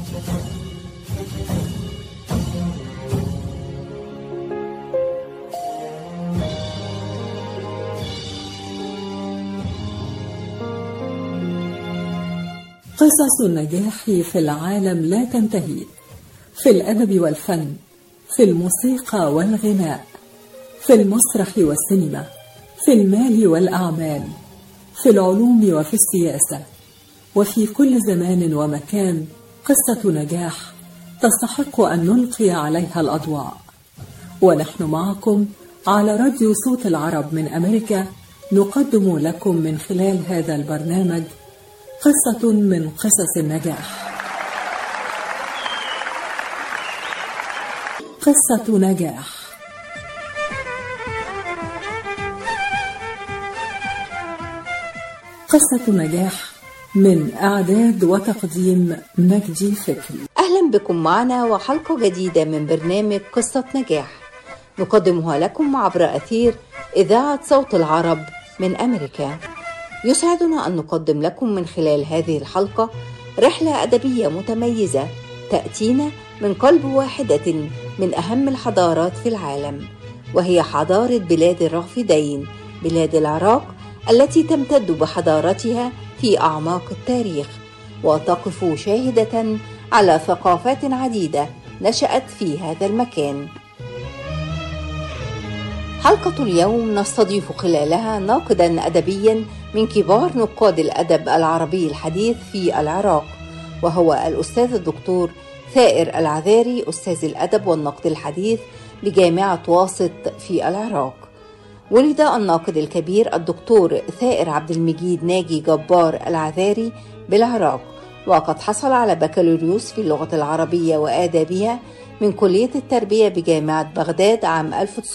قصص النجاح في العالم لا تنتهي، في الأدب والفن، في الموسيقى والغناء، في المسرح والسينما، في المال والأعمال، في العلوم وفي السياسة، وفي كل زمان ومكان قصة نجاح تستحق أن نلقي عليها الأضواء. ونحن معكم على راديو صوت العرب من أمريكا، نقدم لكم من خلال هذا البرنامج قصة من قصص النجاح. قصة نجاح. قصة نجاح من إعداد وتقديم مجدي فكري. أهلا بكم معنا وحلقة جديدة من برنامج قصة نجاح نقدمها لكم عبر أثير إذاعة صوت العرب من أمريكا. يسعدنا أن نقدم لكم من خلال هذه الحلقة رحلة أدبية متميزة تأتينا من قلب واحدة من أهم الحضارات في العالم، وهي حضارة بلاد الرافدين، بلاد العراق، التي تمتد بحضارتها في أعماق التاريخ وتقف شاهدة على ثقافات عديدة نشأت في هذا المكان. حلقة اليوم نستضيف خلالها ناقدا أدبيا من كبار نقاد الأدب العربي الحديث في العراق، وهو الأستاذ الدكتور ثائر العذاري، أستاذ الأدب والنقد الحديث بجامعة واسط في العراق. ولد الناقد الكبير الدكتور ثائر عبد المجيد ناجي جبار العذاري بالعراق، وقد حصل على بكالوريوس في اللغة العربية وآدابها من كلية التربية بجامعة بغداد عام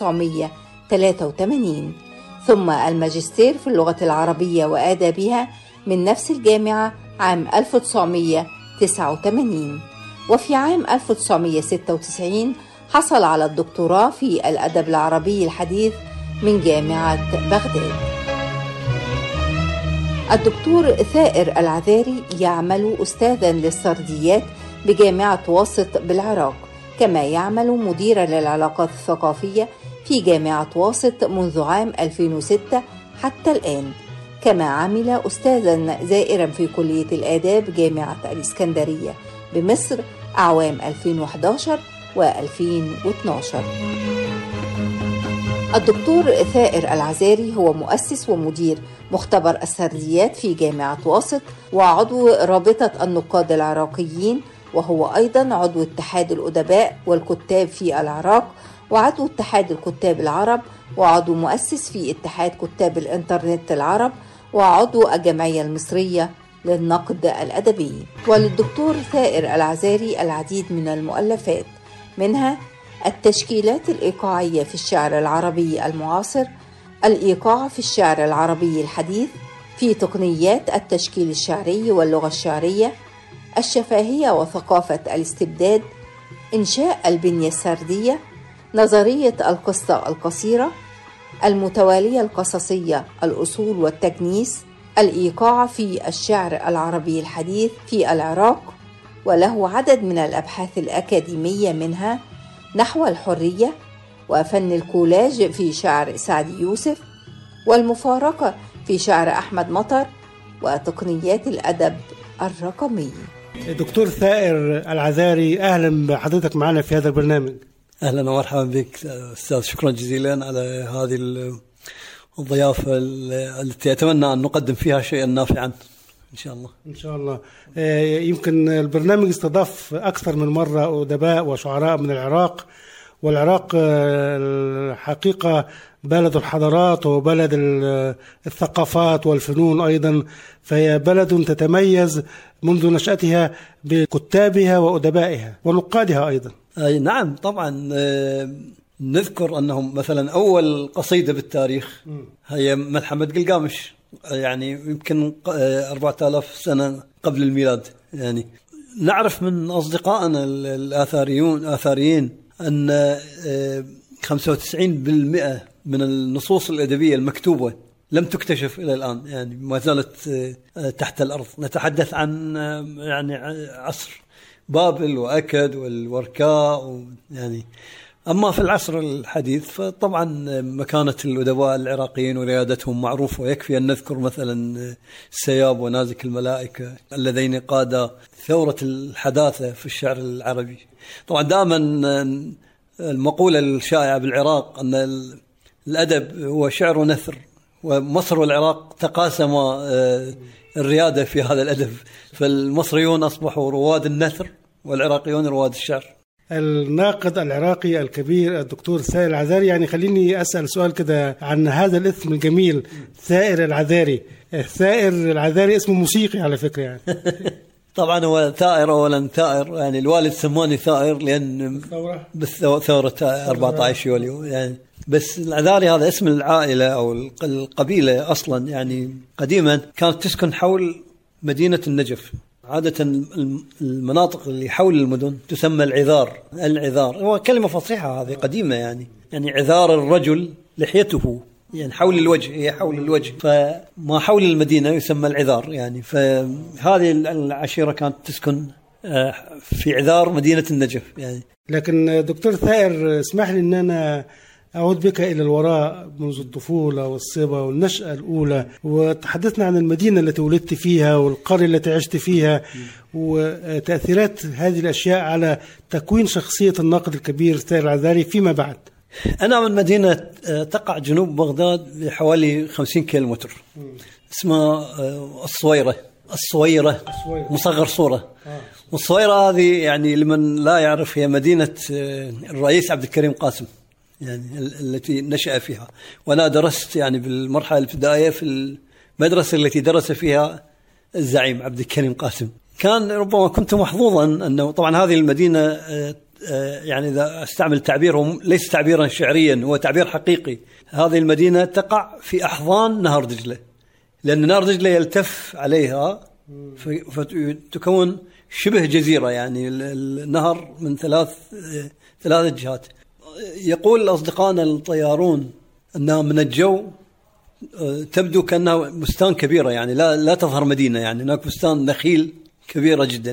1983، ثم الماجستير في اللغة العربية وآدابها من نفس الجامعة عام 1989، وفي عام 1996 حصل على الدكتوراه في الأدب العربي الحديث من جامعة بغداد. الدكتور ثائر العذاري يعمل أستاذا للسرديات بجامعة واسط بالعراق، كما يعمل مديرا للعلاقات الثقافية في جامعة واسط منذ عام 2006 حتى الآن، كما عمل أستاذا زائرا في كلية الآداب جامعة الإسكندرية بمصر أعوام 2011 و2012. الدكتور ثائر العذاري هو مؤسس ومدير مختبر السرديات في جامعة واسط، وعضو رابطة النقاد العراقيين، وهو أيضا عضو اتحاد الأدباء والكتاب في العراق، وعضو اتحاد الكتاب العرب، وعضو مؤسس في اتحاد كتاب الإنترنت العرب، وعضو الجمعية المصرية للنقد الأدبي. وللدكتور ثائر العذاري العديد من المؤلفات، منها التشكيلات الإيقاعية في الشعر العربي المعاصر، الإيقاع في الشعر العربي الحديث، في تقنيات التشكيل الشعري واللغة الشعرية، الشفاهية وثقافة الاستبداد، إنشاء البنية السردية، نظرية القصة القصيرة، المتوالية القصصية، الأصول والتجنيس، الإيقاع في الشعر العربي الحديث في العراق. وله عدد من الأبحاث الأكاديمية، منها نحو الحرية، وفن الكولاج في شعر سعد يوسف، والمفارقة في شعر أحمد مطر، وتقنيات الأدب الرقمي. دكتور ثائر العذاري، أهلا بحضرتك معنا في هذا البرنامج. أهلا ومرحبا بك أستاذ، شكرا جزيلا على هذه الضيافة التي أتمنى أن نقدم فيها شيئا نافعا إن شاء الله. إن شاء الله. يمكن البرنامج استضاف أكثر من مرة أدباء وشعراء من العراق، والعراق الحقيقة بلد الحضارات وبلد الثقافات والفنون أيضا، فهي بلد تتميز منذ نشأتها بكتابها وأدبائها ونقادها أيضا. نعم طبعا. نذكر أنهم مثلا أول قصيدة بالتاريخ هي ملحمة قلقامش، يعني يمكن 4000 سنة قبل الميلاد. يعني نعرف من أصدقائنا الآثاريين أن 95% من النصوص الأدبية المكتوبة لم تكتشف إلى الآن، يعني ما زالت تحت الأرض. نتحدث عن يعني عصر بابل وأكد والوركاء يعني. أما في العصر الحديث فطبعا مكانة الأدباء العراقيين وريادتهم معروفة، ويكفي أن نذكر مثلا السياب ونازك الملائكة اللذين قادا ثورة الحداثة في الشعر العربي. طبعا دائما المقولة الشائعة بالعراق أن الأدب هو شعر ونثر، ومصر والعراق تقاسما الريادة في هذا الأدب، فالمصريون أصبحوا رواد النثر والعراقيون رواد الشعر. الناقد العراقي الكبير الدكتور ثائر العذاري، يعني خليني أسأل سؤال كده عن هذا الاسم الجميل ثائر العذاري. ثائر العذاري اسمه موسيقي على فكرة يعني. طبعا هو ثائر أولا، ثائر يعني الوالد سماني ثائر لأن بالثورة 14 يوليو يعني. بس العذاري هذا اسم العائلة أو القبيلة أصلا، يعني قديما كانت تسكن حول مدينة النجف. عادة المناطق اللي حول المدن تسمى العذار. العذار هو كلمة فصيحة هذه قديمة يعني عذار الرجل لحيته، يعني حول الوجه، هي حول الوجه، فما حول المدينة يسمى العذار يعني. فهذه العشيرة كانت تسكن في عذار مدينة النجف يعني. لكن دكتور ثائر اسمح لي أن أنا أعود بك إلى الوراء منذ الطفولة والصبا والنشأة الأولى، وتحدثنا عن المدينة التي ولدت فيها والقرية التي عشت فيها وتأثيرات هذه الأشياء على تكوين شخصية الناقد الكبير ثائر العذاري فيما بعد. أنا من مدينة تقع جنوب بغداد بحوالي 50 كيلومتر، اسمها الصويرة مصغر صورة. والصويرة هذه يعني لمن لا يعرف هي مدينة الرئيس عبد الكريم قاسم يعني التي نشأ فيها. وأنا درست يعني بالمرحلة الابتدائية في المدرسة التي درس فيها الزعيم عبد الكريم قاسم. كان ربما كنت محظوظا أنه طبعا هذه المدينة يعني إذا استعمل تعبير ليس تعبيرا شعريا، هو تعبير حقيقي. هذه المدينة تقع في أحضان نهر دجلة، لأن نهر دجلة يلتف عليها فتكون شبه جزيرة، يعني النهر من ثلاث جهات. يقول أصدقائنا الطيارون أنها من الجو تبدو كأنها بستان كبيرة، يعني لا تظهر مدينة، يعني هناك بستان نخيل كبيرة جدا.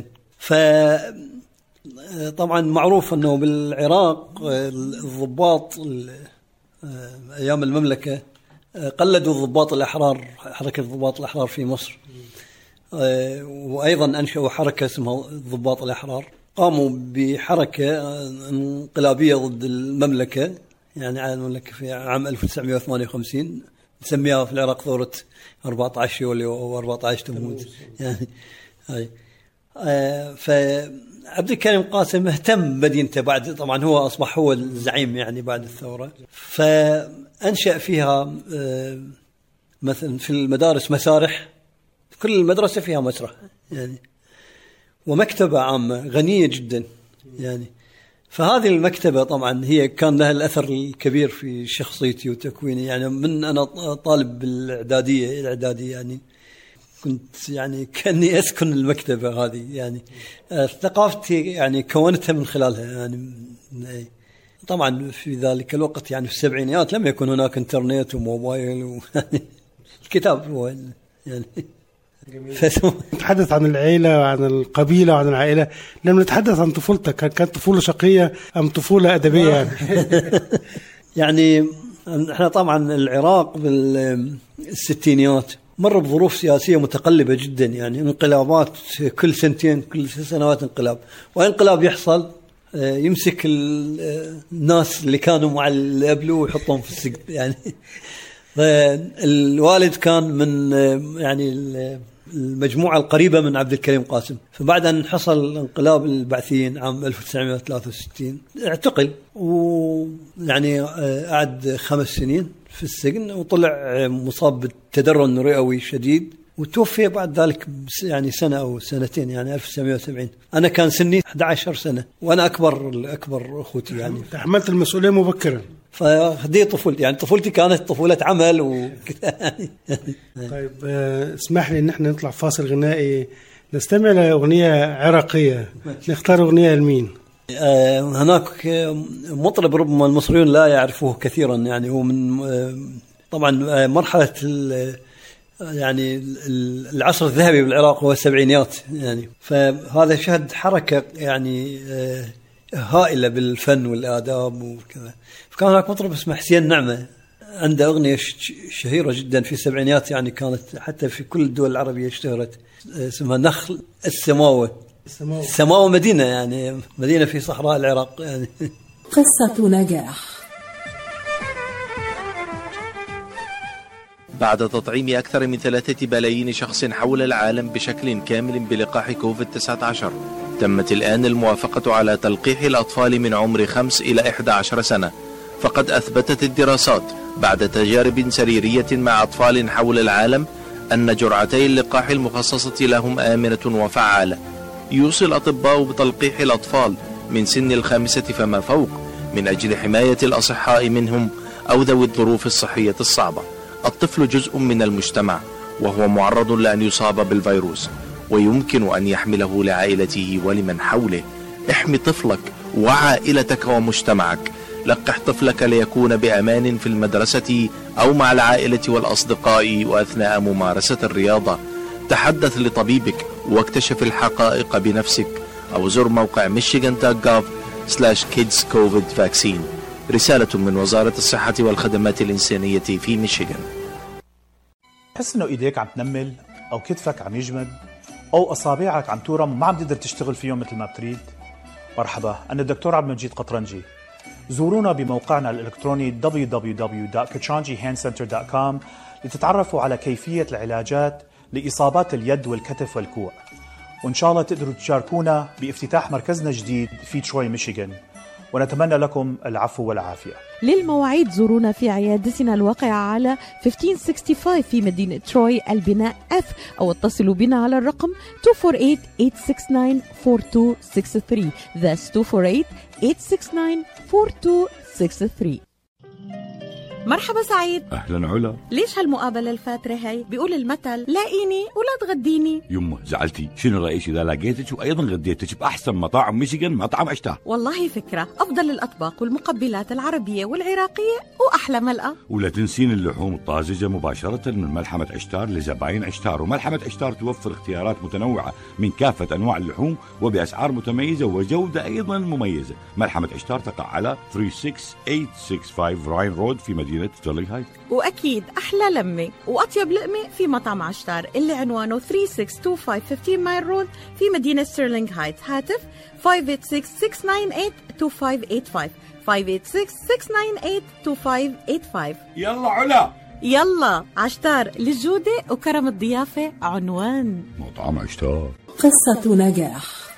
طبعا معروف أنه بالعراق الضباط أيام المملكة قلدوا الضباط الأحرار، حركة الضباط الأحرار في مصر، وأيضا أنشأوا حركة اسمها الضباط الأحرار. قاموا بحركة انقلابية ضد المملكة، يعني على المملكة في عام 1958 نسميها في العراق ثورة 14 يوليو أو 14 تموز يعني. فعبد الكريم قاسم اهتم مدينته بعد، طبعا هو أصبح هو الزعيم يعني بعد الثورة، فأنشأ فيها مثلا في المدارس مسارح، كل مدرسة فيها مسرح يعني، ومكتبة عامة غنية جدا يعني. فهذه المكتبة طبعا هي كان لها الأثر الكبير في شخصيتي وتكويني، يعني من أنا طالب بالإعدادية يعني كنت يعني كأني أسكن المكتبة هذه يعني. ثقافتي يعني كونتها من خلالها يعني. طبعا في ذلك الوقت يعني في السبعينيات لم يكن هناك انترنت وموبايل الكتاب هو يعني. نتحدث عن العيلة وعن القبيلة وعن العائلة، لم نتحدث عن طفولتك. كانت طفولة شقية أم طفولة أدبية يعني؟ يعني احنا طبعا العراق بالستينيات مر بظروف سياسية متقلبة جدا، يعني انقلابات كل سنتين كل سنوات انقلاب، وانقلاب يحصل يمسك الناس اللي كانوا مع اللي قبله ويحطهم في السجن يعني. الوالد كان من يعني المجموعة القريبة من عبد الكريم قاسم، فبعد أن حصل انقلاب البعثيين عام 1963 اعتقل، ويعني قعد 5 سنين في السجن، وطلع مصاب بالتدرن رئوي شديد، وتوفي بعد ذلك يعني سنة أو سنتين، يعني 1970. أنا كان سني 11 سنة وأنا أكبر أخوتي يعني. تحملت المسؤولية مبكرا. فدي طفولتي، يعني طفولتي كانت طفولة عمل وكذا. طيب اسمح لي ان احنا نطلع فاصل غنائي نستمع لأغنية عراقية. نختار أغنية لمين؟ هناك مطرب ربما المصريون لا يعرفوه كثيرا، يعني هو من طبعا مرحلة يعني العصر الذهبي بالعراق هو السبعينيات يعني، فهذا شهد حركة يعني هائلة بالفن والآداب وكذا. فكان هناك مطرب اسمه حسين نعمة، عنده أغنية شهيرة جدا في السبعينيات يعني، كانت حتى في كل الدول العربية اشتهرت، اسمها نخل السماوة. السماوة مدينة يعني، مدينة في صحراء العراق يعني. قصة نجاح. بعد تطعيم أكثر من 3 بلايين شخص حول العالم بشكل كامل بلقاح كوفيد-19، تمت الآن الموافقة على تلقيح الأطفال من عمر 5 إلى 11 سنة. فقد أثبتت الدراسات بعد تجارب سريرية مع أطفال حول العالم أن جرعتي اللقاح المخصصة لهم آمنة وفعالة. يوصي الأطباء بتلقيح الأطفال من سن 5 فما فوق من أجل حماية الأصحاء منهم أو ذوي الظروف الصحية الصعبة. الطفل جزء من المجتمع وهو معرض لأن يصاب بالفيروس، ويمكن أن يحمله لعائلته ولمن حوله. احمي طفلك وعائلتك ومجتمعك. لقح طفلك ليكون بأمان في المدرسة أو مع العائلة والأصدقاء وأثناء ممارسة الرياضة. تحدث لطبيبك واكتشف الحقائق بنفسك، أو زر موقع michigan.gov/kidscovidvaccine. رسالة من وزارة الصحة والخدمات الإنسانية في ميشيغان. تحس إنه إيديك عم تنمل أو كتفك عم يجمد أو أصابعك عم تورم ما عم تقدر تشتغل فيهم مثل ما بتريد؟ مرحبا، أنا الدكتور عبد المجيد قطرنجي. زورونا بموقعنا الإلكتروني www.kachanjihandcenter.com لتتعرفوا على كيفية العلاجات لإصابات اليد والكتف والكوع، وإن شاء الله تقدروا تشاركونا بافتتاح مركزنا الجديد في تروي ميشيغان، ونتمنى لكم العفو والعافية. للمواعيد زورونا في عيادتنا الواقعة على 1565 في مدينة تروي البناء F، أو اتصلوا بنا على الرقم 248-869-4263. That's 248-869-4263. مرحبا سعيد. أهلا علا. ليش هالمقابلة الفاترة هاي؟ بيقول المثل لاقيني ولا تغديني. يمه زعلتي، شنو رأيك إذا لقيتك وأيضا غديتك بأحسن مطاعم ميشيغان، مطعم عشتار؟ والله فكرة، أفضل الأطباق والمقبلات العربية والعراقية وأحلى ملقا. ولا تنسين اللحوم الطازجة مباشرة من ملحمة عشتار لزباين عشتار. وملحمة عشتار توفر اختيارات متنوعة من كافة أنواع اللحوم وبأسعار متميزة وجودة أيضا مميزة. ملحمة عشتار تقع على 36865 راين رود في مدينة ستيرلينغ هايت. وأكيد أحلى لمة وأطيب لقمة في مطعم عشتار اللي عنوانه 3625 15 مايل رود في مدينة ستيرلينغ هايت. هاتف 586-698-2585 586-698-2585. يلا علا، يلا عشتار، للجودة وكرم الضيافة عنوان مطعم عشتار. قصة نجاح.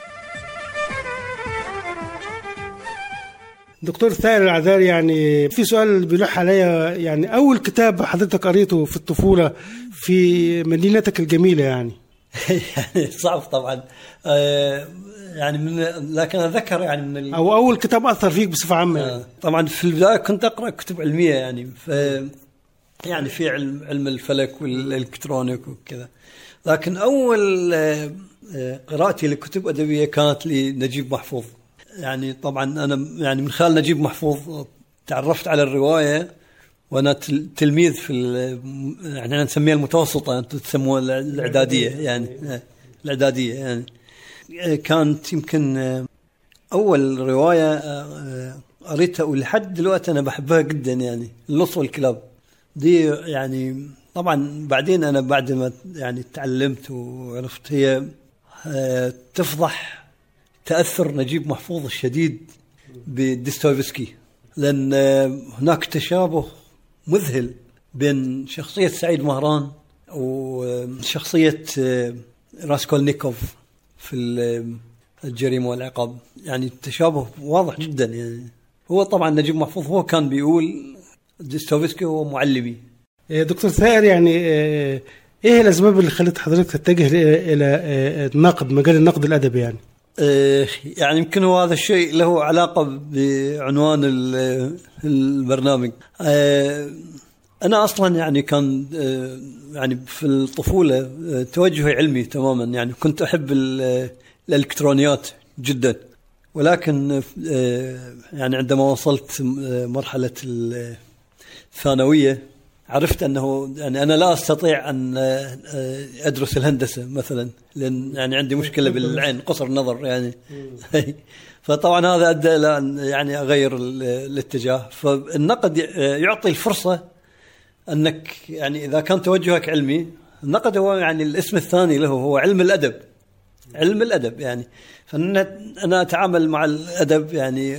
دكتور ثائر العذاري، يعني في سؤال بيلح عليا، يعني أول كتاب حضرتك قريته في الطفولة في مدينتك الجميلة يعني؟ يعني صعب طبعا، يعني لكن أذكر يعني من أو أول كتاب أثر فيك بصفة عامة. طبعا في البداية كنت أقرأ كتب علمية يعني، يعني في علم الفلك والإلكترونيك وكذا. لكن أول قراءتي لكتب أدبية كانت لنجيب محفوظ. يعني طبعا أنا يعني من خلال نجيب محفوظ تعرفت على الرواية وأنا تلميذ في يعني أنا نسميها المتوسطة، أنتم تسموها الإعدادية يعني. الإعدادية يعني كانت يمكن أول رواية قريتها ولحد دلوقتي أنا بحبها جدا، يعني اللص والكلاب دي. يعني طبعا بعدين أنا بعد ما يعني تعلمت وعرفت هي تفضح تأثر نجيب محفوظ الشديد بديستويفسكي، لأن هناك تشابه مذهل بين شخصية سعيد مهران وشخصية راسكولنيكوف في الجريمة والعقاب. يعني تشابه واضح جدا يعني. هو طبعا نجيب محفوظ هو كان بيقول ديستويفسكي هو معلمي. دكتور ثائر، يعني ايه الأسباب اللي خلت حضرتك تتجه إلى النقد، مجال النقد الأدبي يعني؟ يعني يمكن هو هذا الشيء له علاقة بعنوان البرنامج. أنا أصلا يعني كان يعني في الطفولة توجهي علمي تماما، يعني كنت أحب الإلكترونيات جدا، ولكن يعني عندما وصلت مرحلة الثانوية عرفت أنه يعني أنا لا أستطيع أن أدرس الهندسة مثلا، لأن يعني عندي مشكلة بالعين، قصر نظر يعني. فطبعا هذا أدى إلى أن يعني أغير الاتجاه. فالنقد يعطي الفرصة أنك يعني إذا كان توجهك علمي، النقد هو يعني الاسم الثاني له هو علم الأدب، علم الأدب يعني. فأنا أتعامل مع الأدب يعني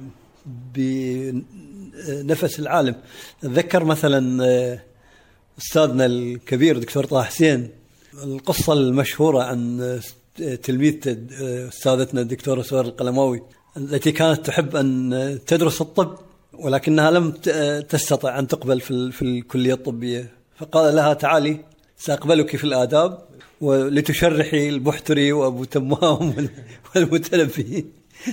بنفس العالم. أتذكر مثلا أستاذنا الكبير دكتور طه حسين، القصة المشهورة عن تلميذ أستاذتنا الدكتورة سهير القلماوي التي كانت تحب أن تدرس الطب ولكنها لم تستطع أن تقبل في الكلية الطبية، فقال لها تعالي سأقبلك في الآداب ولتشرحي البحتري وأبو تمام والمتنبي.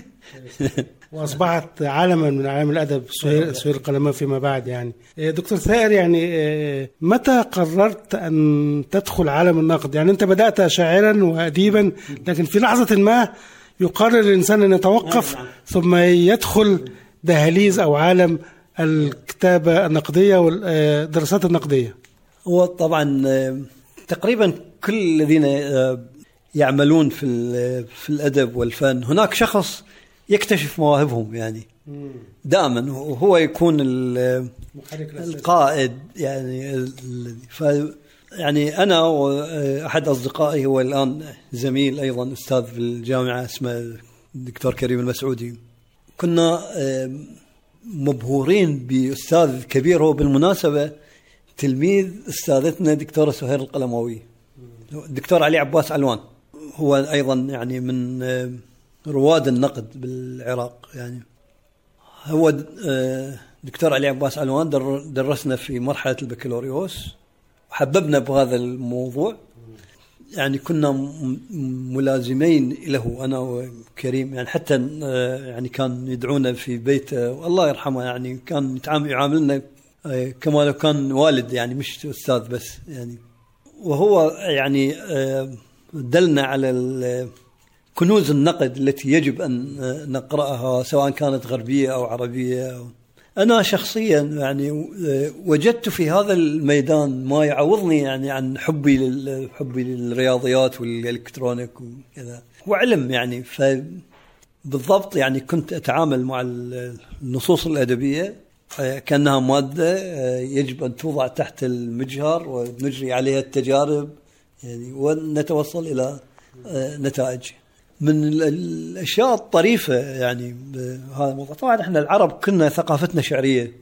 وأصبحت عالما من عالم الأدب سهير القلماوي فيما بعد. يعني دكتور ثائر، يعني متى قررت أن تدخل عالم النقد؟ يعني أنت بدأت شاعرا وأديبا، لكن في لحظة ما يقرر الإنسان أن يتوقف ثم يدخل دهاليز أو عالم الكتابة النقدية والدراسات النقدية. هو طبعا تقريبا كل الذين يعملون في الأدب والفن هناك شخص يكتشف مواهبهم يعني دائما، وهو يكون القائد يعني. يعني أنا وأحد أصدقائي هو الآن زميل أيضا أستاذ في الجامعة اسمه الدكتور كريم المسعودي، كنا مبهورين بأستاذ كبير هو بالمناسبة تلميذ أستاذتنا دكتورة سهير القلماوي، الدكتور علي عباس علوان، هو أيضا يعني من رواد النقد بالعراق. يعني هو دكتور علي عباس علوان درسنا في مرحلة البكالوريوس وحببنا بهذا الموضوع، يعني كنا ملازمين له أنا وكريم يعني. حتى يعني كان يدعونا في بيته والله يرحمه، يعني كان يعاملنا كما لو كان والد يعني مش أستاذ بس يعني. وهو يعني دلنا على كنوز النقد التي يجب أن نقرأها سواء كانت غربية أو عربية. أنا شخصيا يعني وجدت في هذا الميدان ما يعوضني يعني عن حبي للرياضيات والإلكترونيك وكذا وعلم يعني. فبالضبط يعني كنت أتعامل مع النصوص الأدبية كأنها مادة يجب أن توضع تحت المجهر ونجري عليها التجارب يعني ونتوصل إلى نتائج. من الأشياء الطريفة يعني هذا الموضوع، طبعا احنا العرب كنا ثقافتنا شعرية،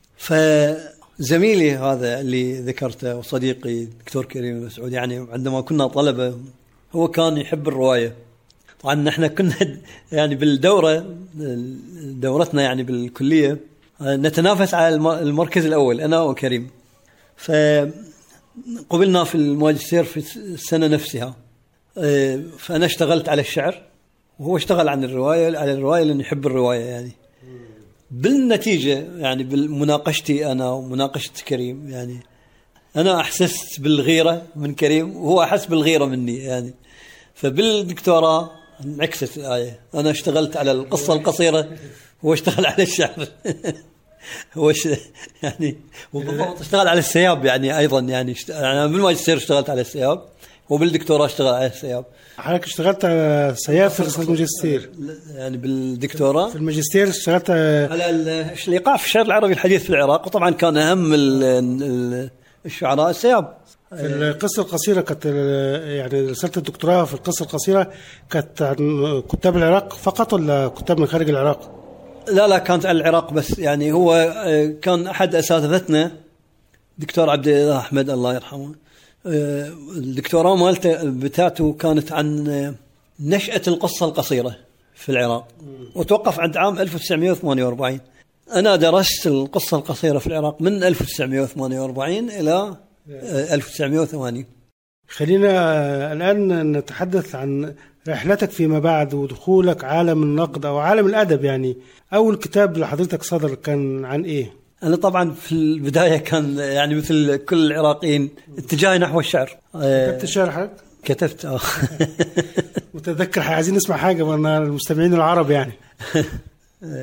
فزميلي هذا اللي ذكرته وصديقي دكتور كريم المسعودي يعني عندما كنا طلبة هو كان يحب الرواية. طبعا احنا كنا يعني دورتنا يعني بالكلية نتنافس على المركز الأول أنا وكريم، فقبلنا في الماجستير في السنة نفسها. فأنا اشتغلت على الشعر وهو اشتغل على الرواية لأنه يحب الرواية يعني. بالنتيجة يعني بالمناقشتي أنا ومناقشة كريم يعني أنا أحسست بالغيرة من كريم وهو أحس بالغيرة مني يعني. فبالدكتوراه انعكست الآية، أنا اشتغلت على القصة القصيرة وهو اشتغل على الشعر. هو يعني وبالضبط اشتغل على السياب يعني أيضا يعني. أنا بالماجستير اشتغلت على السياب وبالدكتوراه اشتغل على السياب. حضرتك اشتغلت على سياب في الماجستير يعني بالدكتوراه؟ في الماجستير اشتغلت على الإيقاع في الشعر العربي الحديث في العراق، وطبعا كان أهم الشعراء السياب. في القصة القصيرة كانت يعني رسالة الدكتوراه في القصة القصيرة كانت عن كتاب العراق فقط ولا كتاب من خارج العراق؟ لا كانت على العراق بس يعني. هو كان أحد أساتذتنا دكتور عبد الله أحمد الله يرحمه، الدكتوراه مالته بتاعته كانت عن نشأة القصة القصيرة في العراق وتوقف عند عام 1948. أنا درست القصة القصيرة في العراق من 1948 إلى 1980. خلينا الآن نتحدث عن رحلتك فيما بعد ودخولك عالم النقد أو عالم الأدب. يعني أول كتاب لحضرتك صدر كان عن إيه؟ أنا طبعا في البداية كان يعني مثل كل العراقيين اتجاهي نحو الشعر. كتبت الشعر حضرتك؟ كتبت متذكر عايزين نسمع حاجة من المستمعين العرب يعني.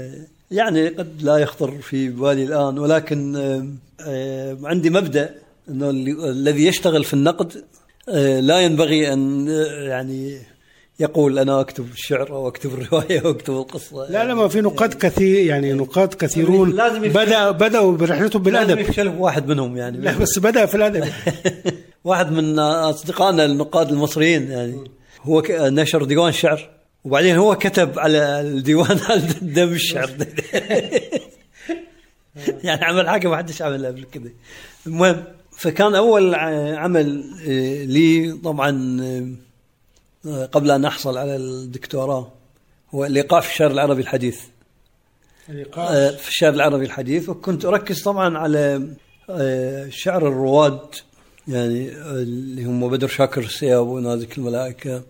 يعني قد لا يخطر في بالي الآن، ولكن عندي مبدأ أنه الذي يشتغل في النقد لا ينبغي أن يعني يقول أنا أكتب الشعر أو أكتب الرواية أو أكتب القصة. لا ما في نقاد كثير، يعني نقاد كثيرون بدأوا برحلتهم بالأدب. لازم يفشل واحد منهم يعني. لا بس بدأ في الأدب. واحد من أصدقائنا النقاد المصريين يعني هو نشر ديوان شعر، وبعدين هو كتب على الديوان دم الشعر. يعني عمل حاجة ما حدش عملها قبل كده. المهم، فكان أول عمل لي طبعا قبل أن أحصل على الدكتوراه هو الإيقاع في الشعر العربي الحديث. في الشعر العربي الحديث، وكنت أركز طبعا على شعر الرواد، يعني اللي هم بدر شاكر السياب ونازك الملائكة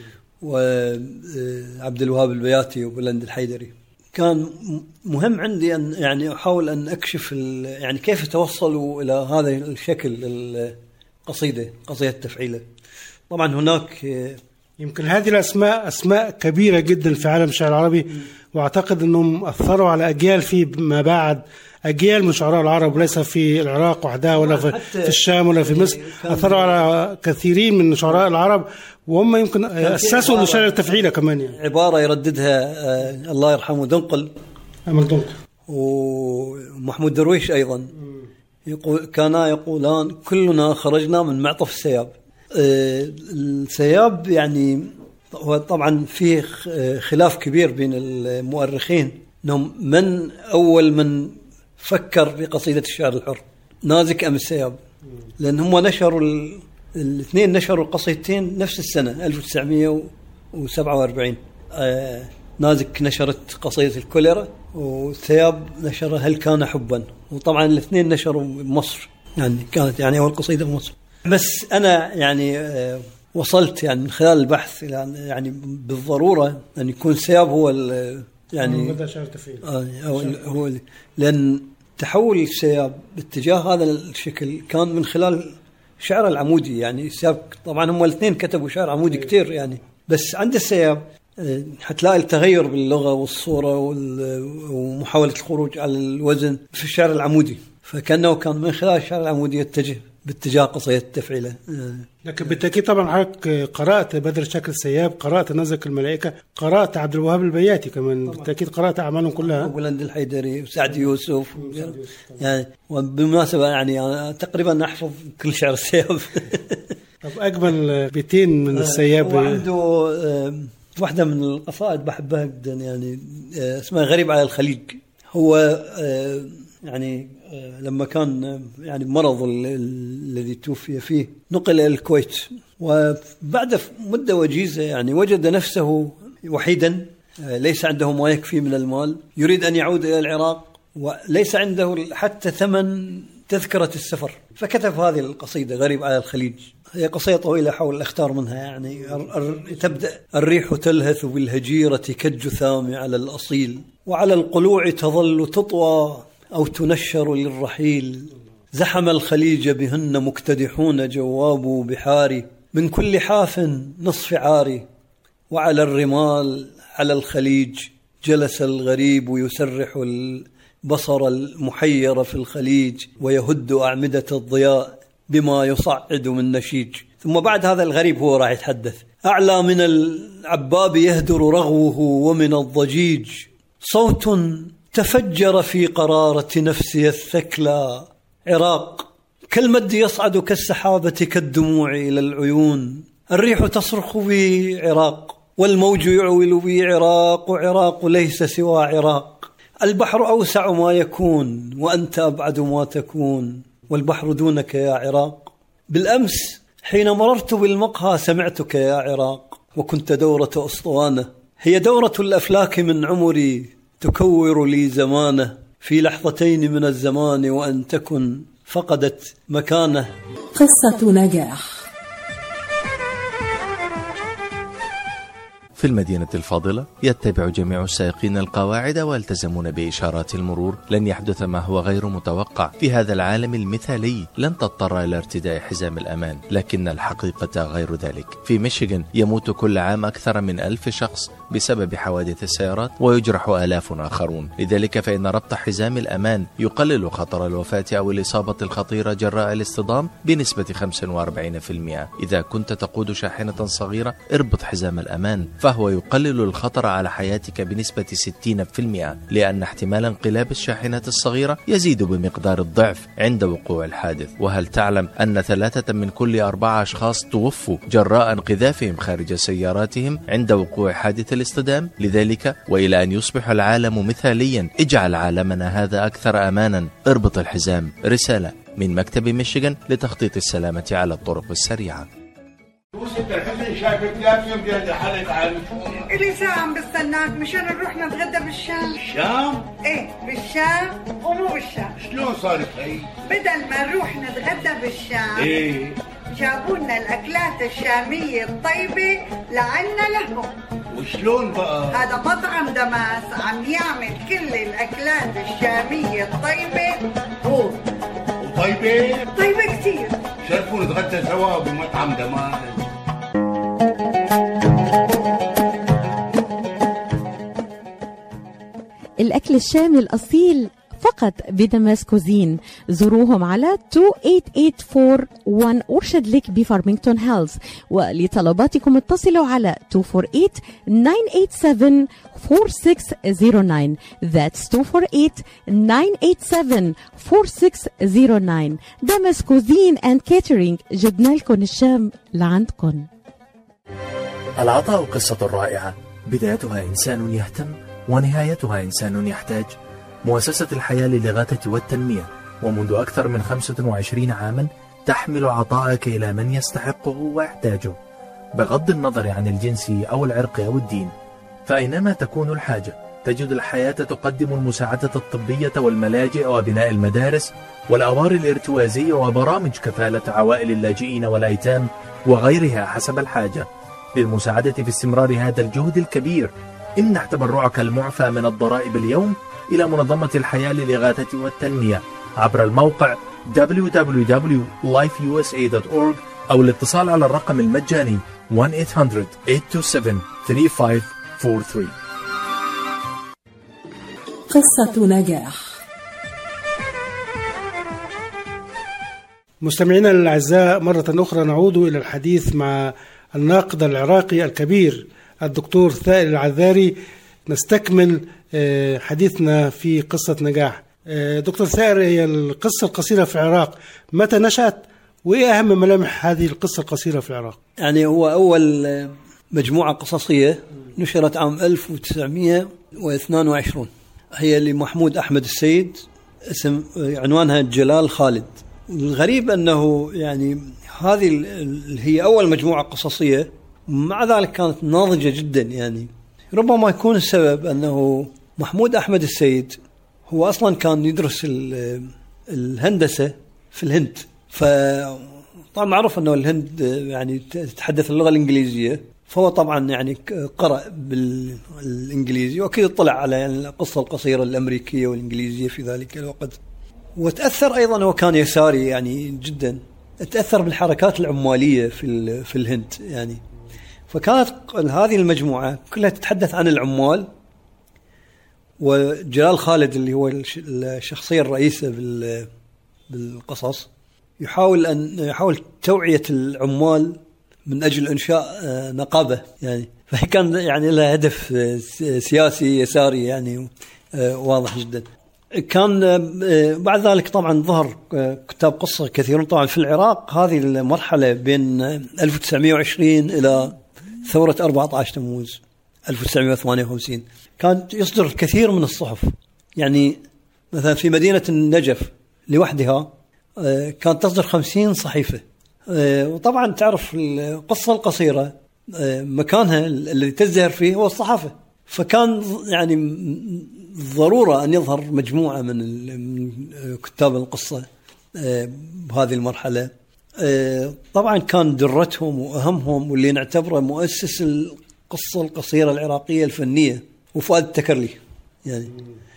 وعبد الوهاب البياتي وبلند الحيدري. كان مهم عندي أن يعني أحاول أن أكشف يعني كيف توصلوا إلى هذا الشكل القصيدة، قصيدة تفعيلة. طبعا هناك يمكن هذه الأسماء أسماء كبيرة جدا في عالم الشعر العربي، وأعتقد أنهم أثروا على أجيال فيما بعد، أجيال من شعراء العرب، وليس في العراق وحدها ولا في الشام ولا في مصر. أثروا على كثيرين من شعراء العرب، وهم يمكن أسسوا لشعر التفعيلة كمان. يعني عبارة يرددها الله يرحمه دنقل، أمل دنقل، ومحمود درويش أيضا، كانا يقولان كلنا خرجنا من معطف السياب. السياب يعني هو طبعا فيه خلاف كبير بين المؤرخين انهم من اول من فكر بقصيدة الشعر الحر، نازك ام السياب، لان هم نشروا الاثنين نشروا القصيدتين نفس السنة 1947. نازك نشرت قصيدة الكوليرا، والسياب نشر هل كان حبا، وطبعا الاثنين نشروا بمصر، يعني كانت يعني اول قصيدة بمصر. بس أنا يعني وصلت يعني من خلال البحث يعني بالضرورة أن يكون سياب هو يعني هو لأن تحول السياب باتجاه هذا الشكل كان من خلال شعر العمودي. يعني السياب طبعا هم الاثنين كتبوا شعر عمودي كتير يعني، بس عند السياب حتلاقي التغير باللغة والصورة ومحاولة الخروج على الوزن في الشعر العمودي، فكأنه كان من خلال الشعر العمودي يتجه باتجاه قصيدة التفعيلة. لكن بالتأكيد طبعا حضرتك قرأت بدر شاكر السياب، قرأت نازك الملائكة، قرأت عبد الوهاب البياتي كمان، بالتأكيد قرأت أعمالهم كلها، وبلند الحيدري وسعد يوسف يعني. وبالمناسبة يعني أنا تقريبا أحفظ كل شعر السياب. طب أجمل بيتين من السياب؟ وعنده واحدة من القصائد بحبها جدا يعني، اسمها غريب على الخليج. هو يعني لما كان يعني مرض الذي توفي فيه نقل إلى الكويت، وبعد مدة وجيزة يعني وجد نفسه وحيدا، ليس عنده ما يكفي من المال، يريد أن يعود إلى العراق وليس عنده حتى ثمن تذكرة السفر، فكتب هذه القصيدة غريب على الخليج. هي قصيدة طويلة، حاول أختار منها يعني. تبدأ: الريح تلهث بالهجيرة كالجثام على الأصيل، وعلى القلوع تظل تطوى أو تنشر للرحيل، زحم الخليج بهن مكتدحون جوابوا بحاري، من كل حاف نصف عاري، وعلى الرمال على الخليج جلس الغريب يسرح البصر المحير في الخليج، ويهد أعمدة الضياء بما يصعد من نشيج. ثم بعد هذا الغريب هو راح يتحدث: أعلى من العباب يهدر رغوه، ومن الضجيج صوت تفجر في قرارة نفسي الثكلى، عراق كالمد يصعد كالسحابة كالدموع إلى العيون، الريح تصرخ بي عراق، والموج يعول بي عراق، عراق ليس سوى عراق، البحر أوسع ما يكون وأنت أبعد ما تكون، والبحر دونك يا عراق. بالأمس حين مررت بالمقهى سمعتك يا عراق، وكنت دورة أسطوانة، هي دورة الأفلاك من عمري تكور لي زمانه، في لحظتين من الزمان وأن تكن فقدت مكانه. قصة نجاح. في المدينة الفاضلة يتبع جميع السائقين القواعد ويلتزمون بإشارات المرور. لن يحدث ما هو غير متوقع في هذا العالم المثالي، لن تضطر إلى ارتداء حزام الأمان، لكن الحقيقة غير ذلك. في ميشيغان يموت كل عام أكثر من 1000 شخص بسبب حوادث السيارات ويجرح آلاف آخرون. لذلك فإن ربط حزام الأمان يقلل خطر الوفاة أو الإصابة الخطيرة جراء الاصطدام بنسبة 45%. إذا كنت تقود شاحنة صغيرة اربط حزام الأمان، فهو يقلل الخطر على حياتك بنسبة 60%، لأن احتمال انقلاب الشاحنة الصغيرة يزيد بمقدار الضعف عند وقوع الحادث. وهل تعلم أن 3 من كل 4 أشخاص توفوا جراء انقذافهم خارج سياراتهم عند وقوع حادث الاصطدام؟ لذلك وإلى أن يصبح العالم مثاليا اجعل عالمنا هذا أكثر أمانا، اربط الحزام. رسالة من مكتب ميشيغان لتخطيط السلامة على الطرق السريعة. إلي ساعة عم بستناك مشان نروح نتغدى بالشام. بالشام؟ ايه بالشام ومو بالشام. شلون صارت هي؟ بدل ما نروح نتغدى بالشام ايه جابوا لنا الأكلات الشامية الطيبة لعنا لهم. وشلون بقى؟ هذا مطعم دماس عم يعمل كل الأكلات الشامية الطيبة هو. وطيبة؟ طيبة كتير. شرفوا نتغدى سوا بمطعم دماس. الأكل الشامي الأصيل فقط بدماس كوزين. زوروهم على 28841 أورشاد ليك بفارمينغتون هيلز، ولطلباتكم اتصلوا على 248-987-4609. That's 248-987-4609. دماس كوزين and catering، جبنا لكم الشام لعندكم. العطاء قصة رائعة، بدايتها إنسان يهتم ونهايتها إنسان يحتاج. مؤسسة الحياة للإغاثة والتنمية، ومنذ أكثر من 25 عاما تحمل عطاءك إلى من يستحقه ويحتاجه، بغض النظر عن الجنس أو العرق أو الدين. فأينما تكون الحاجة تجد الحياة تقدم المساعدة الطبية والملاجئ وبناء المدارس والأوار الارتوازية وبرامج كفالة عوائل اللاجئين والأيتام وغيرها حسب الحاجة. للمساعدة في استمرار هذا الجهد الكبير امنح تبرعك المعفى من الضرائب اليوم إلى منظمة الحياة للإغاثة والتنمية عبر الموقع www.lifeusa.org أو الاتصال على الرقم المجاني 1-800-827-3543. قصة نجاح. مستمعينا الأعزاء، مرة أخرى نعود إلى الحديث مع الناقد العراقي الكبير الدكتور ثائر العذاري. نستكمل حديثنا في قصة نجاح. دكتور ثائر، هي القصة القصيرة في العراق متى نشأت، وإيه أهم ملامح هذه القصة القصيرة في العراق؟ يعني هو أول مجموعة قصصية نشرت عام 1922، هي لمحمود أحمد السيد، اسم عنوانها جلال خالد. الغريب أنه يعني هذه هي أول مجموعة قصصية، مع ذلك كانت ناضجة جدا. يعني ربما يكون السبب أنه محمود أحمد السيد هو أصلا كان يدرس الهندسة في الهند، فطبعا معروف أنه الهند يعني تتحدث اللغة الإنجليزية، فهو طبعا يعني قرأ بالإنجليزي، وأكيد اطلع على يعني القصة القصيرة الأمريكية والإنجليزية في ذلك الوقت. وتأثر أيضا، هو كان يساري يعني جدا، تأثر بالحركات العمالية في الهند يعني. فكانت هذه المجموعة كلها تتحدث عن العمال، وجلال خالد اللي هو الشخصية الرئيسة بالقصص يحاول توعية العمال من أجل إنشاء نقابة يعني. فكان يعني له هدف سياسي يساري يعني واضح جدا. كان بعد ذلك طبعا ظهر كتاب قصة كثيرون طبعا في العراق. هذه المرحلة بين 1920 إلى ثورة 14 تموز 1958 كان يصدر الكثير من الصحف. يعني مثلا في مدينة النجف لوحدها كانت تصدر 50 صحيفة. وطبعا تعرف القصة القصيرة مكانها الذي تزدهر فيه هو الصحافة، فكان يعني ضرورة أن يظهر مجموعة من كتاب القصة بهذه المرحلة. طبعا كان درتهم وأهمهم واللي نعتبره مؤسس القصة القصيرة العراقية الفنية وفؤاد التكرلي. يعني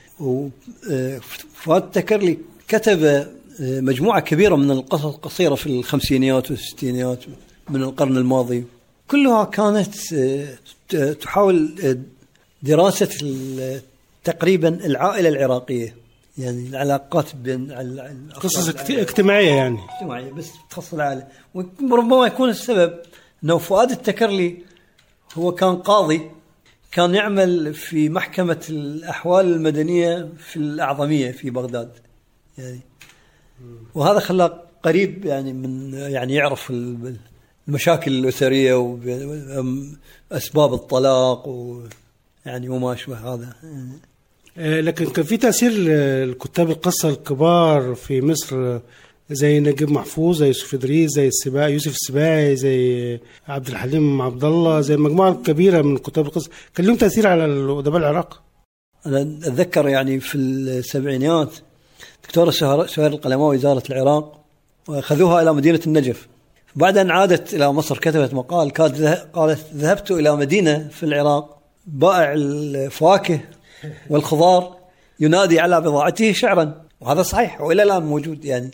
فؤاد التكرلي كتب مجموعة كبيرة من القصص القصيرة في الخمسينيات والستينيات من القرن الماضي، كلها كانت تحاول دراسة تقريبا العائلة العراقية، يعني العلاقات بين قصص اجتماعية، يعني اجتماعية بس تخص العائلة. وربما يكون السبب أنه فؤاد التكرلي هو كان قاضي، كان يعمل في محكمة الأحوال المدنية في الأعظمية في بغداد يعني، وهذا خلاه قريب يعني من يعني يعرف المشاكل الأسرية وأسباب الطلاق ويعني وما شبه هذا. لكن كان في تأثير الكتاب القصة الكبار في مصر زي نجيب محفوظ، زي يوسف إدريس، زي يوسف السباعي، زي عبد الحليم عبد الله، زي مجموعة كبيرة من كتاب القصة، كان لهم تأثير على الأدباء العراق. أنا أتذكر يعني في السبعينيات دكتورة سهير القلماوي زارت العراق وأخذوها إلى مدينة النجف، بعد أن عادت إلى مصر كتبت مقال قالت ذهبت إلى مدينة في العراق بائع الفواكه والخضار ينادي على بضاعته شعرا، وهذا صحيح وإلى الآن موجود يعني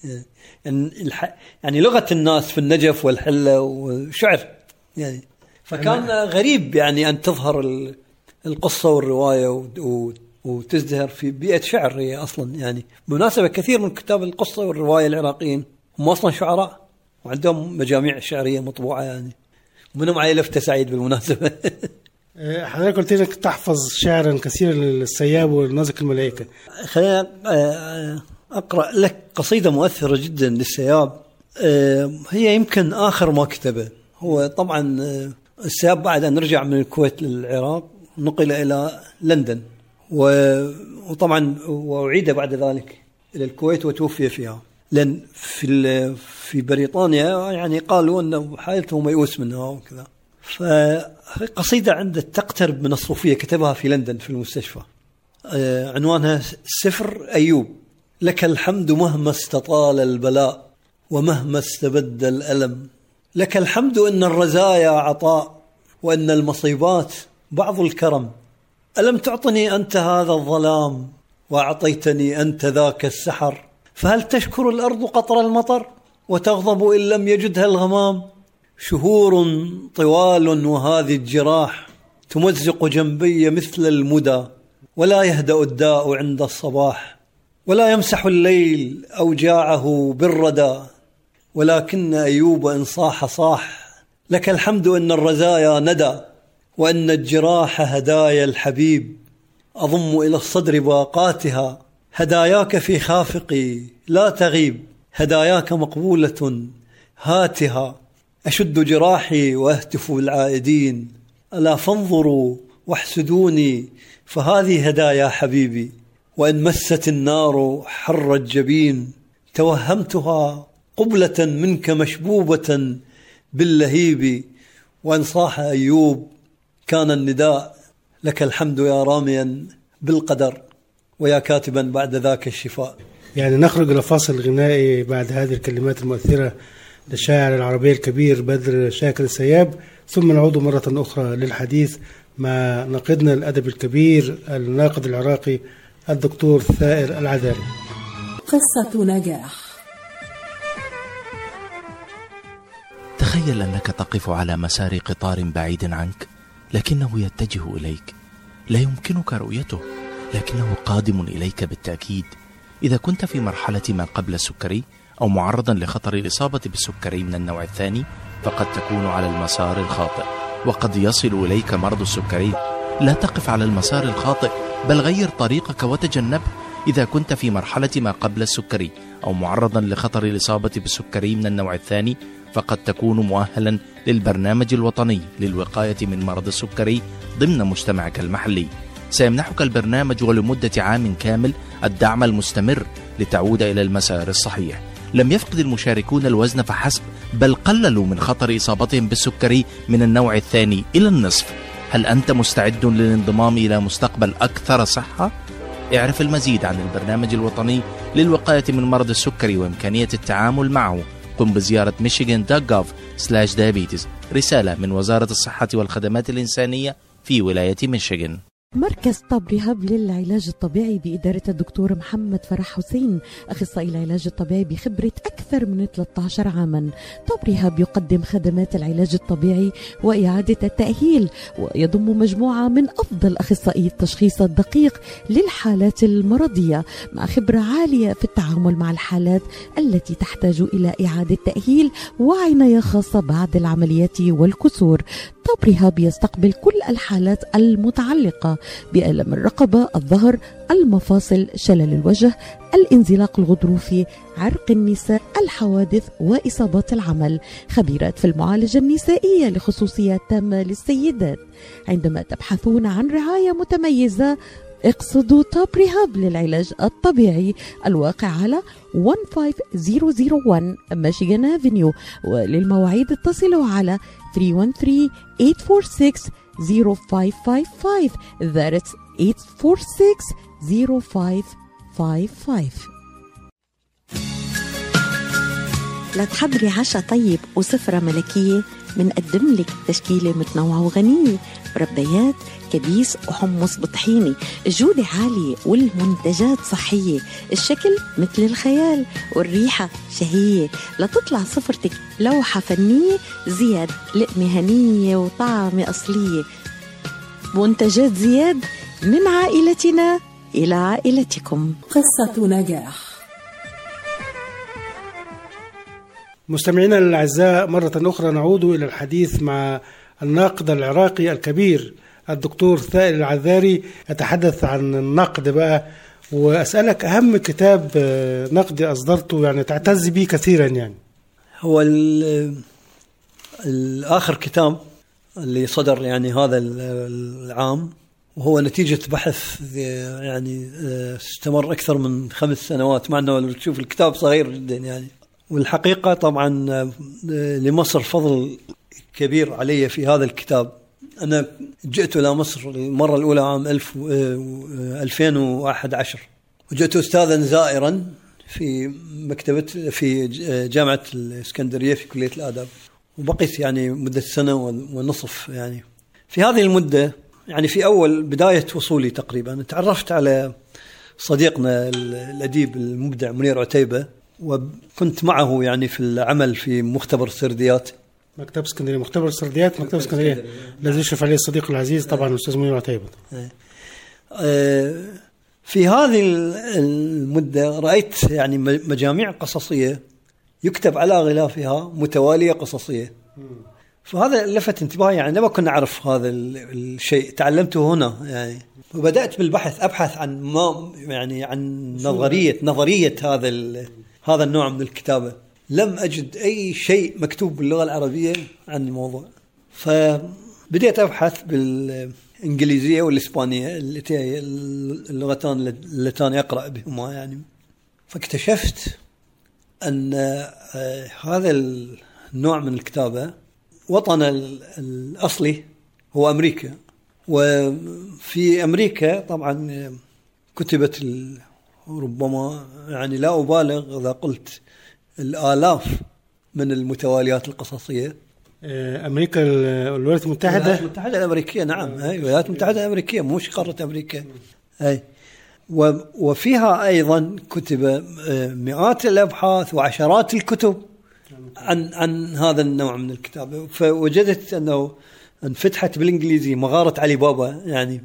لغة الناس في النجف والحلة وشعر يعني. فكان غريب يعني أن تظهر القصة والرواية وتزدهر في بيئة شعر هي أصلا يعني. بالمناسبة كثير من كتاب القصة والرواية العراقيين هم أصلا شعراء وعندهم مجاميع شعرية مطبوعة يعني، منهم عائلة لفتة سعيد بالمناسبة. حضرتك قلت لك تحفظ شعرا كثيرا للسياب والنازك الملائكة، خلينا أقرأ لك قصيدة مؤثرة جدا للسياب، هي يمكن آخر ما كتبه. هو طبعا السياب بعد أن رجع من الكويت للعراق نقل إلى لندن، وطبعا وأعيد بعد ذلك إلى الكويت وتوفي فيها، لأن في بريطانيا يعني قالوا أنه حالته ميؤوس منها وكذا. فقصيدة عنده تقترب من الصوفية كتبها في لندن في المستشفى، عنوانها سفر أيوب. لك الحمد مهما استطال البلاء ومهما استبد الألم، لك الحمد إن الرزايا عطاء وإن المصيبات بعض الكرم. ألم تعطني أنت هذا الظلام وأعطيتني أنت ذاك السحر، فهل تشكر الأرض قطر المطر وتغضب إن لم يجدها الغمام؟ شهور طوال وهذه الجراح تمزق جنبي مثل المدى، ولا يهدأ الداء عند الصباح، ولا يمسح الليل أوجاعه بالردى، ولكن أيوب إن صاح صاح. لك الحمد إن الرزايا ندى وإن الجراح هدايا الحبيب، أضم إلى الصدر باقاتها هداياك في خافقي لا تغيب، هداياك مقبولة هاتها. أشد جراحي وأهتف العائدين، ألا فانظروا واحسدوني فهذه هدايا حبيبي. وإن مست النار حر الجبين توهمتها قبلة منك مشبوبة باللهيب. وإن صاح أيوب كان النداء لك الحمد يا راميا بالقدر ويا كاتبا بعد ذاك الشفاء. يعني نخرج إلى فاصل غنائي بعد هذه الكلمات المؤثرة للشاعر العربي الكبير بدر شاكر السياب، ثم نعود مرة أخرى للحديث مع ناقدنا الأدب الكبير الناقد العراقي الدكتور ثائر العذاري. قصة نجاح. تخيل أنك تقف على مسار قطار بعيد عنك لكنه يتجه إليك، لا يمكنك رؤيته لكنه قادم إليك بالتأكيد. إذا كنت في مرحلة ما قبل السكري أو معرضا لخطر الإصابة بالسكري من النوع الثاني فقد تكون على المسار الخاطئ، وقد يصل إليك مرض السكري. لا تقف على المسار الخاطئ بل غير طريقك وتجنبه. إذا كنت في مرحلة ما قبل السكري أو معرضا لخطر الإصابة بالسكري من النوع الثاني فقد تكون مؤهلا للبرنامج الوطني للوقاية من مرض السكري ضمن مجتمعك المحلي. سيمنحك البرنامج ولمدة عام كامل الدعم المستمر لتعود إلى المسار الصحيح. لم يفقد المشاركون الوزن فحسب بل قللوا من خطر إصابتهم بالسكري من النوع الثاني إلى النصف. هل أنت مستعد للانضمام إلى مستقبل أكثر صحة؟ اعرف المزيد عن البرنامج الوطني للوقاية من مرض السكري وإمكانية التعامل معه. قم بزيارة michigan.gov/diabetes. رسالة من وزارة الصحة والخدمات الإنسانية في ولاية ميشيغان. مركز طب رهاب للعلاج الطبيعي بإدارة الدكتور محمد فرح حسين، أخصائي العلاج الطبيعي بخبرة أكثر من 13 عاما. طب رهاب يقدم خدمات العلاج الطبيعي وإعادة التأهيل، ويضم مجموعة من أفضل أخصائي التشخيص الدقيق للحالات المرضية، مع خبرة عالية في التعامل مع الحالات التي تحتاج إلى إعادة تأهيل وعناية خاصة بعد العمليات والكسور. طب رهاب يستقبل كل الحالات المتعلقة بألم الرقبة، الظهر، المفاصل، شلل الوجه، الانزلاق الغضروفي، عرق النساء، الحوادث وإصابات العمل. خبيرات في المعالجة النسائية لخصوصيات تامة للسيدات. عندما تبحثون عن رعاية متميزة اقصدوا توب ريهاب للعلاج الطبيعي، الواقع على 15001 ميشيغان افنيو. وللمواعيد اتصلوا على 313-846-0555. That's 846-0555. لتحضري عشاء طيب وسفرة ملكية، منقدم لك تشكيلة متنوعة وغنية، مربيات، كبيس وحمص بطحيني، الجودة عالية والمنتجات صحية، الشكل مثل الخيال والريحة شهية. لتطلع سفرتك لوحة فنية، زياد لقمة هنية وطعمة أصلية. منتجات زياد، من عائلتنا إلى عائلتكم. قصة نجاح. مستمعينا الأعزاء، مرة أخرى نعود إلى الحديث مع الناقد العراقي الكبير الدكتور ثائر العذاري. أتحدث عن النقد بقى، وأسألك أهم كتاب نقدي أصدرته يعني تعتز به كثيرا. يعني هو الآخر كتاب اللي صدر يعني هذا العام، وهو نتيجة بحث يعني استمر أكثر من 5 سنوات، مع أنه تشوف الكتاب صغير جدا يعني. والحقيقة طبعا لمصر فضل كبير علي في هذا الكتاب. أنا جئت إلى مصر المرة الأولى عام 2011، وجئت أستاذا زائرا في مكتبة في جامعة الإسكندرية في كلية الآداب، وبقيت يعني مدة 1.5 سنة يعني. في هذه المدة يعني في أول بداية وصولي تقريبا تعرفت على صديقنا الأديب المبدع منير عتيبة، وكنت معه يعني في العمل في مختبر السرديات، مكتب اسكندريه، مختبر السرديات، مكتب اسكندريه الذي يشرف عليه الصديق العزيز طبعا الاستاذ منير عتيبة. في هذه المدة رأيت يعني مجاميع قصصية يكتب على غلافها متوالية قصصية، فهذا لفت انتباهي. يعني لما كنا نعرف هذا الشيء تعلمته هنا يعني، وبدأت بالبحث أبحث عن ما يعني عن نظرية هذا النوع من الكتابة. لم أجد أي شيء مكتوب باللغة العربية عن الموضوع، فبدأت أبحث بالإنجليزية والإسبانية التي هي اللغتان اللتان يقرأ بهما يعني. فاكتشفت أن هذا النوع من الكتابة وطن الأصلي هو أمريكا، وفي أمريكا طبعا كتبت ربما يعني لا أبالغ إذا قلت الآلاف من المتواليات القصصية. أمريكا الولايات المتحدة الأمريكية، نعم الولايات المتحدة الأمريكية مش قارة أمريكا. وفيها أيضا كتب مئات الأبحاث وعشرات الكتب عن هذا النوع من الكتابة. فوجدت أنه انفتحت بالإنجليزي مغارة علي بابا يعني.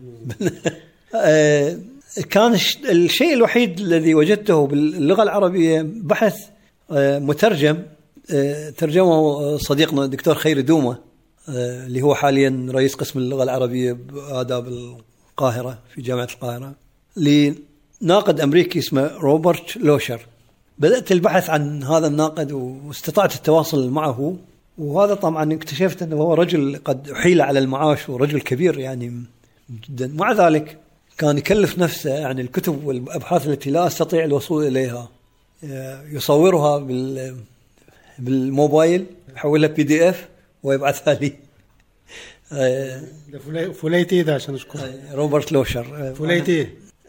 كان الشيء الوحيد الذي وجدته باللغة العربية بحث مترجم ترجمه صديقنا الدكتور خير دومة، اللي هو حاليا رئيس قسم اللغة العربية بآداب القاهرة في جامعة القاهرة، لناقد أمريكي اسمه روبرت لوشر. بدأت البحث عن هذا الناقد واستطعت التواصل معه، وهذا طبعا اكتشفت أنه هو رجل قد أحيل على المعاش ورجل كبير يعني جدا. مع ذلك كان يكلف نفسه يعني الكتب والأبحاث التي لا أستطيع الوصول إليها يصورها بالموبايل، يحولها PDF ويبعثها لي. فوليتي ده عشان أشكره. روبرت لوشر فوليتي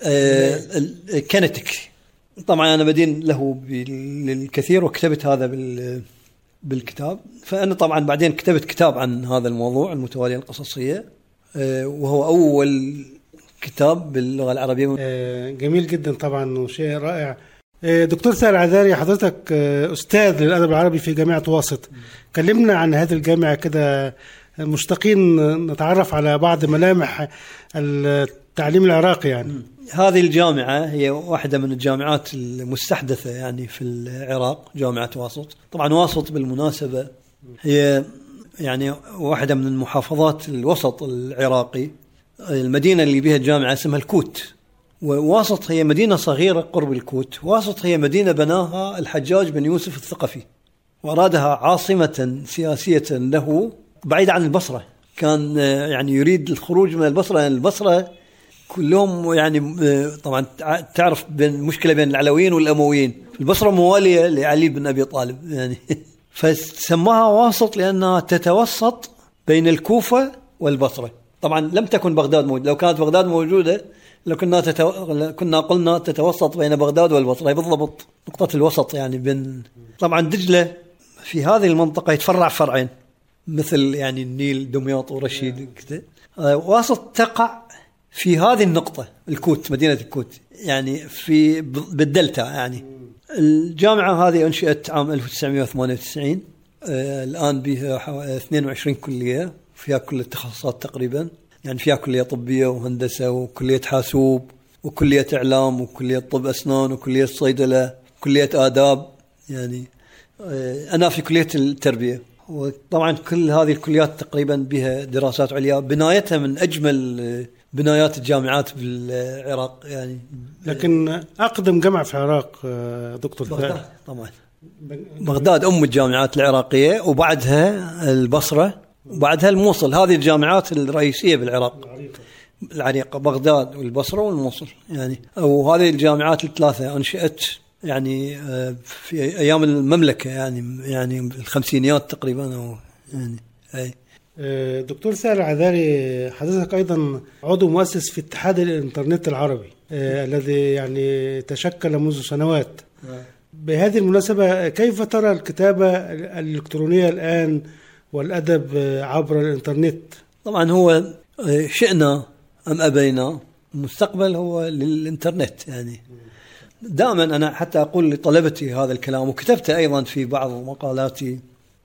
كنتك. طبعا أنا بدين له بالكثير وكتبت هذا بالكتاب. فأنا طبعا بعدين كتبت كتاب عن هذا الموضوع المتوالية القصصية، وهو أول كتاب باللغة العربية. جميل جدا طبعا وشيء رائع. دكتور سهل العذاري، حضرتك أستاذ للأدب العربي في جامعة واسط، كلمنا عن هذه الجامعة كده، مشتاقين نتعرف على بعض ملامح التعليم العراقي. يعني هذه الجامعة هي واحدة من الجامعات المستحدثة يعني في العراق، جامعة واسط. طبعا واسط بالمناسبة هي يعني واحدة من المحافظات الوسط العراقي. المدينة اللي بها الجامعة اسمها الكوت، وواسط هي مدينة صغيرة قرب الكوت. واسط هي مدينة بناها الحجاج بن يوسف الثقفي، وأرادها عاصمة سياسية له بعيدة عن البصرة. كان يعني يريد الخروج من البصرة، يعني البصرة كلهم يعني طبعا تعرف بين المشكلة بين العلويين والأمويين. البصرة موالية لعلي بن أبي طالب يعني فسماها واسط لأنها تتوسط بين الكوفة والبصرة. طبعا لم تكن بغداد موجودة، لو كانت بغداد موجودة كنا قلنا تتوسط بين بغداد والبصرة، هي بالضبط نقطة الوسط يعني بين. طبعا دجلة في هذه المنطقة يتفرع فرعين مثل يعني النيل، دمياط ورشيد كده. واسط تقع في هذه النقطة، الكوت، مدينة الكوت يعني في بالدلتا. يعني الجامعة هذه أنشئت عام 1998. الآن بها 22 كلية، فيها كل التخصصات تقريبا. يعني فيها كلية طبية وهندسة وكلية حاسوب وكلية إعلام وكلية طب أسنان وكلية صيدلة وكلية آداب. يعني أنا في كلية التربية. وطبعا كل هذه الكليات تقريبا بها دراسات عليا، بنايتها من أجمل بنايات الجامعات بالعراق يعني. لكن أقدم جامعة في العراق دكتور بغداد طبعا. بغداد أم الجامعات العراقية، وبعدها البصرة، وبعدها الموصل. هذه الجامعات الرئيسية بالعراق العريقة، بغداد والبصرة والموصل يعني. أو هذه الجامعات الثلاثة أنشئت يعني في أيام المملكة يعني الخمسينيات تقريبا أو يعني أي. دكتور سهل العذاري، حضرتك أيضا عضو مؤسس في اتحاد الإنترنت العربي الذي يعني تشكل منذ سنوات. بهذه المناسبة كيف ترى الكتابة الإلكترونية الآن والأدب عبر الإنترنت؟ طبعا هو شئنا أم أبينا المستقبل هو للإنترنت. يعني دائما أنا حتى أقول لطلبتي هذا الكلام، وكتبته أيضا في بعض مقالاتي.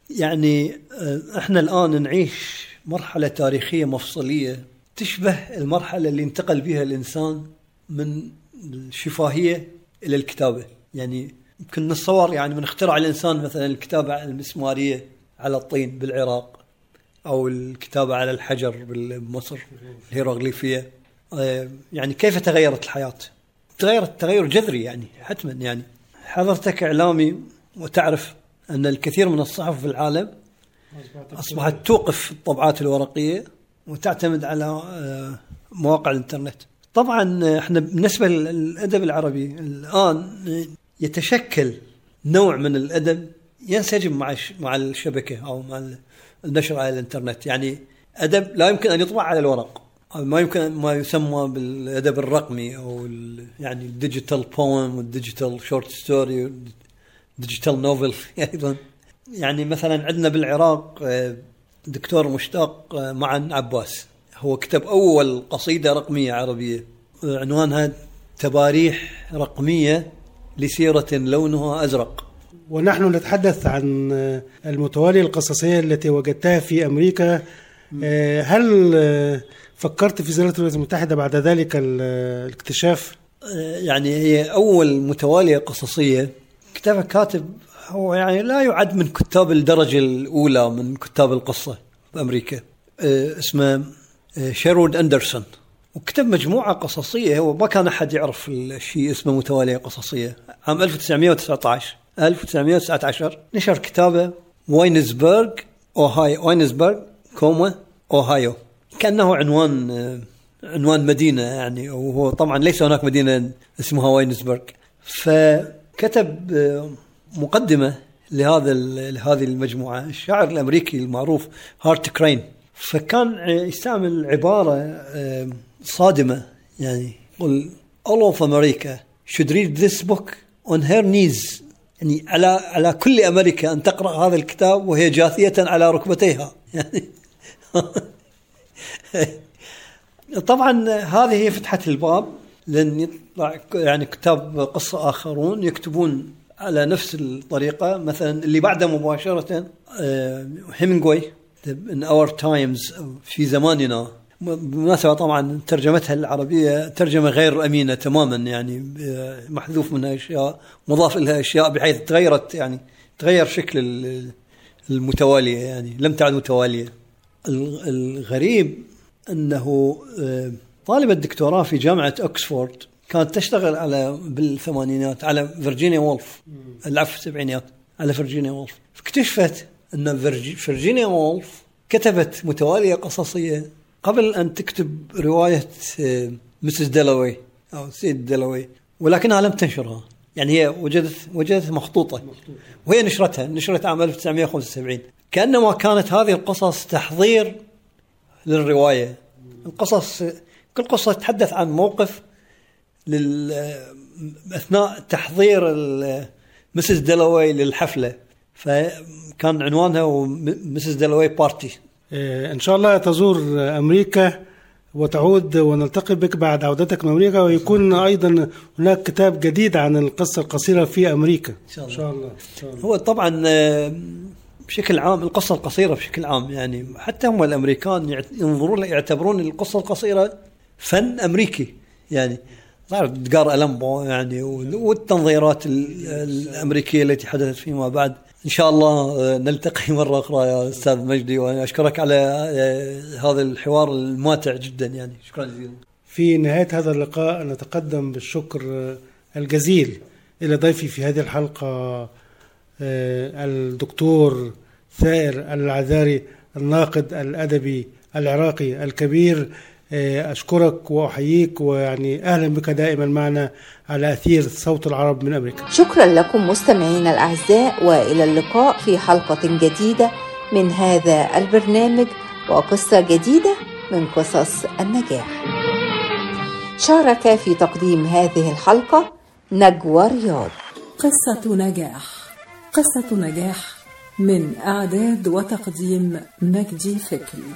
يعني احنا الآن نعيش مرحلة تاريخية مفصلية تشبه المرحلة اللي انتقل بها الإنسان من الشفاهية إلى الكتابة. يعني يمكن نتصور يعني من اخترع الإنسان مثلا الكتابة المسمارية على الطين بالعراق، أو الكتابة على الحجر بمصر الهيروغليفية. يعني كيف تغيرت الحياة؟ تغيرت تغير جذري يعني حتما. يعني حضرتك إعلامي وتعرف أن الكثير من الصحف في العالم أصبحت توقف الطبعات الورقية وتعتمد على مواقع الإنترنت. طبعا احنا بالنسبة للأدب العربي الآن يتشكل نوع من الأدب ينسجم مع الشبكة أو مع النشر على الإنترنت. يعني أدب لا يمكن أن يطبع على الورق، أو ما يمكن ما يسمى بالأدب الرقمي أو يعني الديجيتال بويم والديجيتال شورت ستوري ديجيتال نوفل أيضا. يعني مثلا عندنا بالعراق دكتور مشتاق معن عباس، هو كتب أول قصيدة رقمية عربية عنوانها تباريح رقمية لسيرة لونها أزرق. ونحن نتحدث عن المتوالية القصصية التي وجدتها في أمريكا. هل فكرت في زيارة الولايات المتحدة بعد ذلك الاكتشاف؟ يعني هي أول متوالية قصصية كتابة كاتب هو يعني لا يعد من كتاب الدرجة الأولى من كتاب القصة بأمريكا، اسمه شيرود أندرسون، وكتب مجموعة قصصية. هو ما كان أحد يعرف الشيء اسمه متوالية قصصية. عام 1919 نشر كتابه واينزبرغ أوهايو، كأنه عنوان مدينة يعني، وهو طبعا ليس هناك مدينة اسمها واينزبرغ. فكتب مقدمة لهذه المجموعة الشاعر الأمريكي المعروف هارت كرين. فكان يستعمل عبارة صادمة، يعني يقول all of America should read this book on her knees، يعني على كل أمريكا أن تقرأ هذا الكتاب وهي جاثية على ركبتيها يعني طبعا هذه هي فتحة الباب، لأن يطلع يعني كتاب قصة آخرون يكتبون على نفس الطريقة. مثلا اللي بعده مباشرة هيمنغوي in our times في زماننا، بالمناسبة طبعا ترجمتها العربية ترجمة غير أمينة تماما، يعني محذوف منها أشياء مضاف لها أشياء بحيث تغيرت، يعني تغير شكل المتوالية، يعني لم تعد متوالية. الغريب أنه طالبة الدكتوراه في جامعة أكسفورد كانت تشتغل على بالثمانينات على فيرجينيا وولف، العفو السبعينيات على فيرجينيا وولف. اكتشفت أن فيرجينيا وولف كتبت متوالية قصصية قبل أن تكتب رواية مسز دلوي أو سيد دلوي، ولكنها لم تنشرها. يعني هي وجدت مخطوطة وهي نشرتها عام 1975. كأنما كانت هذه القصص تحضير للرواية. كل قصة تتحدث عن موقف أثناء تحضير مسز دلوي للحفلة، فكان عنوانها مسز دلوي بارتي. إن شاء الله تزور أمريكا وتعود ونلتقي بك بعد عودتك من أمريكا، ويكون أيضا هناك كتاب جديد عن القصة القصيرة في أمريكا إن شاء الله. هو طبعا بشكل عام القصة القصيرة بشكل عام، يعني حتى هم الأمريكان يعتبرون القصة القصيرة فن أمريكي، يعني تعرف دقار ألمبو يعني والتنظيرات الأمريكية التي حدثت فيما بعد. إن شاء الله نلتقي مرة أخرى يا أستاذ مجدي، وأنا أشكرك على هذا الحوار الماتع جدا، يعني شكرا جزيلا. في نهاية هذا اللقاء نتقدم بالشكر الجزيل إلى ضيفي في هذه الحلقة الدكتور ثائر العذاري، الناقد الأدبي العراقي الكبير. أشكرك وأحييك، ويعني أهلا بك دائما معنا على أثير صوت العرب من أمريكا. شكرا لكم مستمعينا الأعزاء، وإلى اللقاء في حلقة جديدة من هذا البرنامج وقصة جديدة من قصص النجاح. شارك في تقديم هذه الحلقة نجوى رياض. قصة نجاح من إعداد وتقديم مجدي فكري.